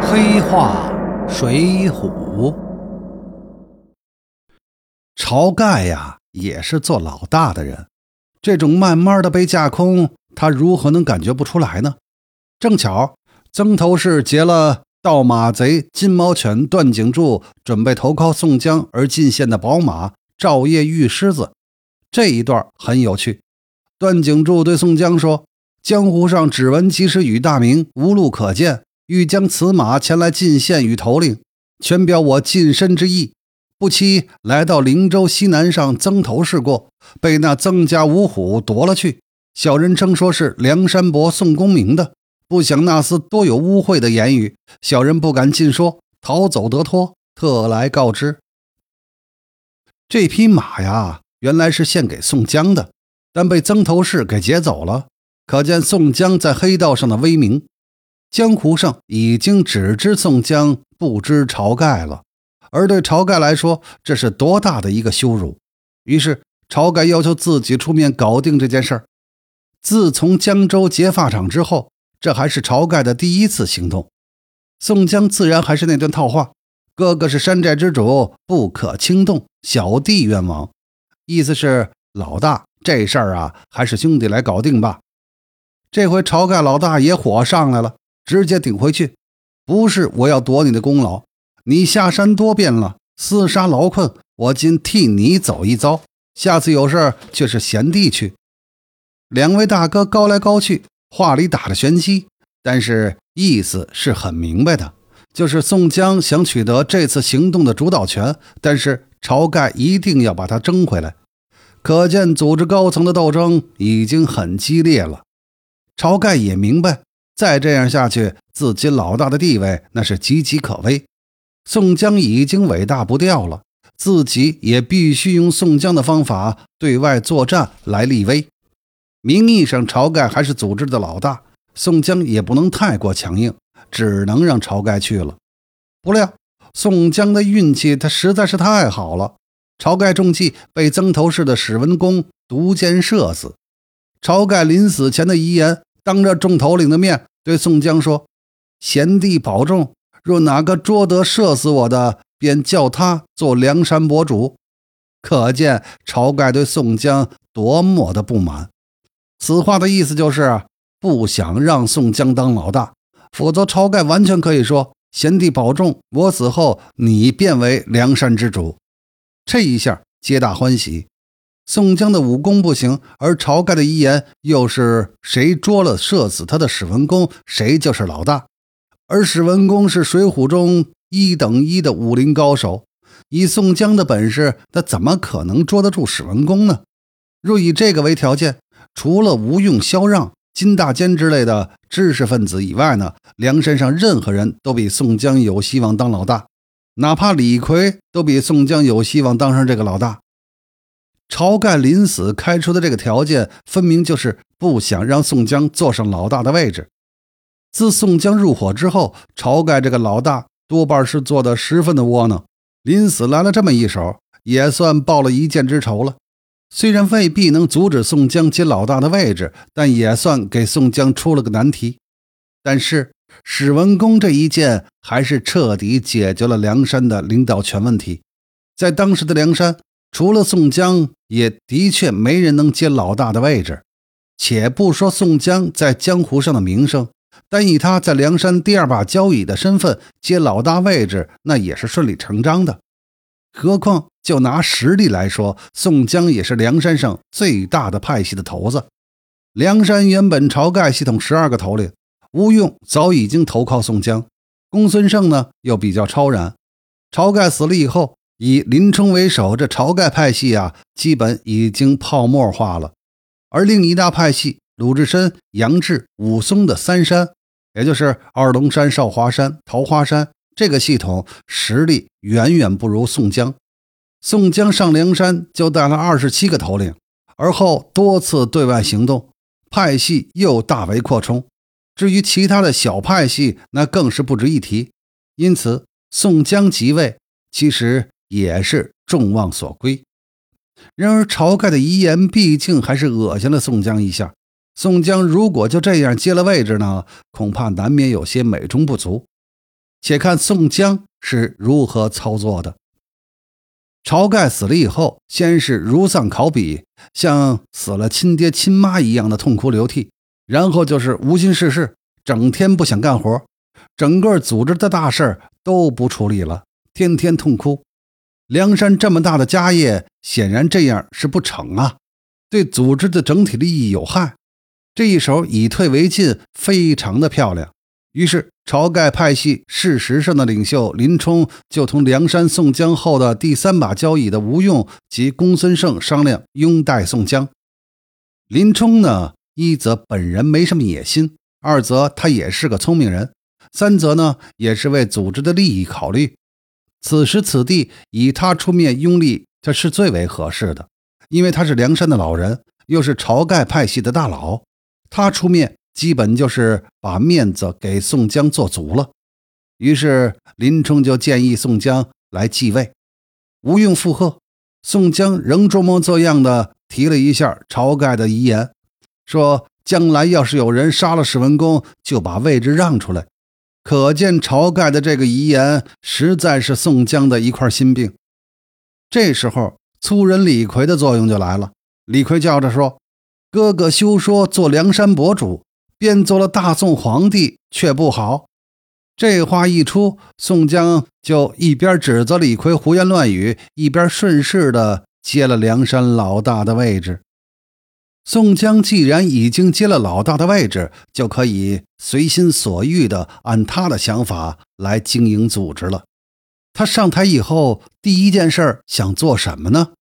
黑话水浒。晁盖呀，也是做老大的人，这种慢慢的被架空，他如何能感觉不出来呢？正巧曾头市劫了盗马贼金毛犬段景柱准备投靠宋江而进献的宝马赵夜玉狮子，这一段很有趣。段景柱对宋江说，江湖上只闻及时雨大名，无路可见，欲将此马前来进献与头领，全表我近身之意。不期来到灵州西南上曾头市过，被那曾家五虎夺了去，小人称说是梁山伯宋公明的，不想那厮多有污秽的言语，小人不敢尽说，逃走得脱，特来告知。这匹马呀，原来是献给宋江的，但被曾头市给劫走了，可见宋江在黑道上的威名。江湖上已经只知宋江，不知晁盖了，而对晁盖来说，这是多大的一个羞辱。于是晁盖要求自己出面搞定这件事儿。自从江州劫法场之后，这还是晁盖的第一次行动。宋江自然还是那段套话，哥哥是山寨之主，不可轻动，小弟愿往。意思是，老大，这事儿啊，还是兄弟来搞定吧。这回晁盖老大也火上来了，直接顶回去，不是我要夺你的功劳，你下山多变了，厮杀劳困，我今替你走一遭，下次有事却是贤弟去。两位大哥高来高去，话里打着玄机，但是意思是很明白的，就是宋江想取得这次行动的主导权，但是晁盖一定要把他争回来。可见组织高层的斗争已经很激烈了。晁盖也明白，再这样下去，自己老大的地位那是岌岌可危。宋江已经尾大不掉了，自己也必须用宋江的方法对外作战来立威。名义上晁盖还是组织的老大，宋江也不能太过强硬，只能让晁盖去了。不料宋江的运气他实在是太好了，晁盖中计，被曾头市的史文恭毒箭射死。晁盖临死前的遗言，当着众头领的面对宋江说，贤弟保重，若哪个捉得射死我的，便叫他做梁山伯主。可见晁盖对宋江多么的不满。此话的意思就是不想让宋江当老大，否则晁盖完全可以说，贤弟保重，我死后你便为梁山之主。这一下皆大欢喜。宋江的武功不行，而晁盖的遗言又是谁捉了射死他的史文恭，谁就是老大。而史文恭是水浒中1等1的武林高手，以宋江的本事，他怎么可能捉得住史文恭呢？若以这个为条件，除了吴用、萧让、金大坚之类的知识分子以外呢，梁山上任何人都比宋江有希望当老大，哪怕李逵都比宋江有希望当上这个老大。晁盖临死开出的这个条件，分明就是不想让宋江坐上老大的位置。自宋江入伙之后，晁盖这个老大多半是做得十分的窝囊，临死来了这么一手，也算报了一箭之仇了。虽然未必能阻止宋江接老大的位置，但也算给宋江出了个难题。但是史文恭这一箭还是彻底解决了梁山的领导权问题。在当时的梁山，除了宋江，也的确没人能接老大的位置。且不说宋江在江湖上的名声，单以他在梁山第二把交椅的身份接老大位置，那也是顺理成章的。何况就拿实力来说，宋江也是梁山上最大的派系的头子。梁山原本晁盖系统12个头领，吴用早已经投靠宋江，公孙胜呢又比较超然。晁盖死了以后，以林冲为首，这晁盖派系啊，基本已经泡沫化了。而另一大派系鲁智深、杨志、武松的三山，也就是二龙山、少华山、桃花山，这个系统实力远远不如宋江。宋江上梁山就带了27个头领，而后多次对外行动，派系又大为扩充。至于其他的小派系，那更是不值一提。因此宋江即位其实也是众望所归。然而晁盖的遗言毕竟还是恶心了宋江一下，宋江如果就这样接了位置呢，恐怕难免有些美中不足。 且看宋江是如何操作的。晁盖死了以后，先是如丧考妣，像死了亲爹亲妈一样的痛哭流涕，然后就是无心事事，整天不想干活，整个组织的大事都不处理了，天天痛哭。梁山这么大的家业，显然这样是不成啊，对组织的整体利益有害。这一手以退为进，非常的漂亮。于是晁盖派系事实上的领袖林冲就同梁山宋江后的第三把交椅的吴用及公孙胜商量拥戴宋江。林冲呢，一则本人没什么野心，二则他也是个聪明人，三则呢也是为组织的利益考虑。此时此地以他出面拥立，这是最为合适的，因为他是梁山的老人，又是晁盖派系的大佬，他出面基本就是把面子给宋江做足了。于是林冲就建议宋江来继位。吴用附和，宋江仍装模作样的提了一下晁盖的遗言，说将来要是有人杀了史文恭，就把位置让出来。可见晁盖的这个遗言实在是宋江的一块心病。这时候粗人李逵的作用就来了，李逵叫着说，哥哥休说做梁山伯主，便做了大宋皇帝却不好。这话一出，宋江就一边指责李逵胡言乱语，一边顺势的接了梁山老大的位置。宋江既然已经接了老大的位置，就可以随心所欲的按他的想法来经营组织了。他上台以后，第一件事想做什么呢？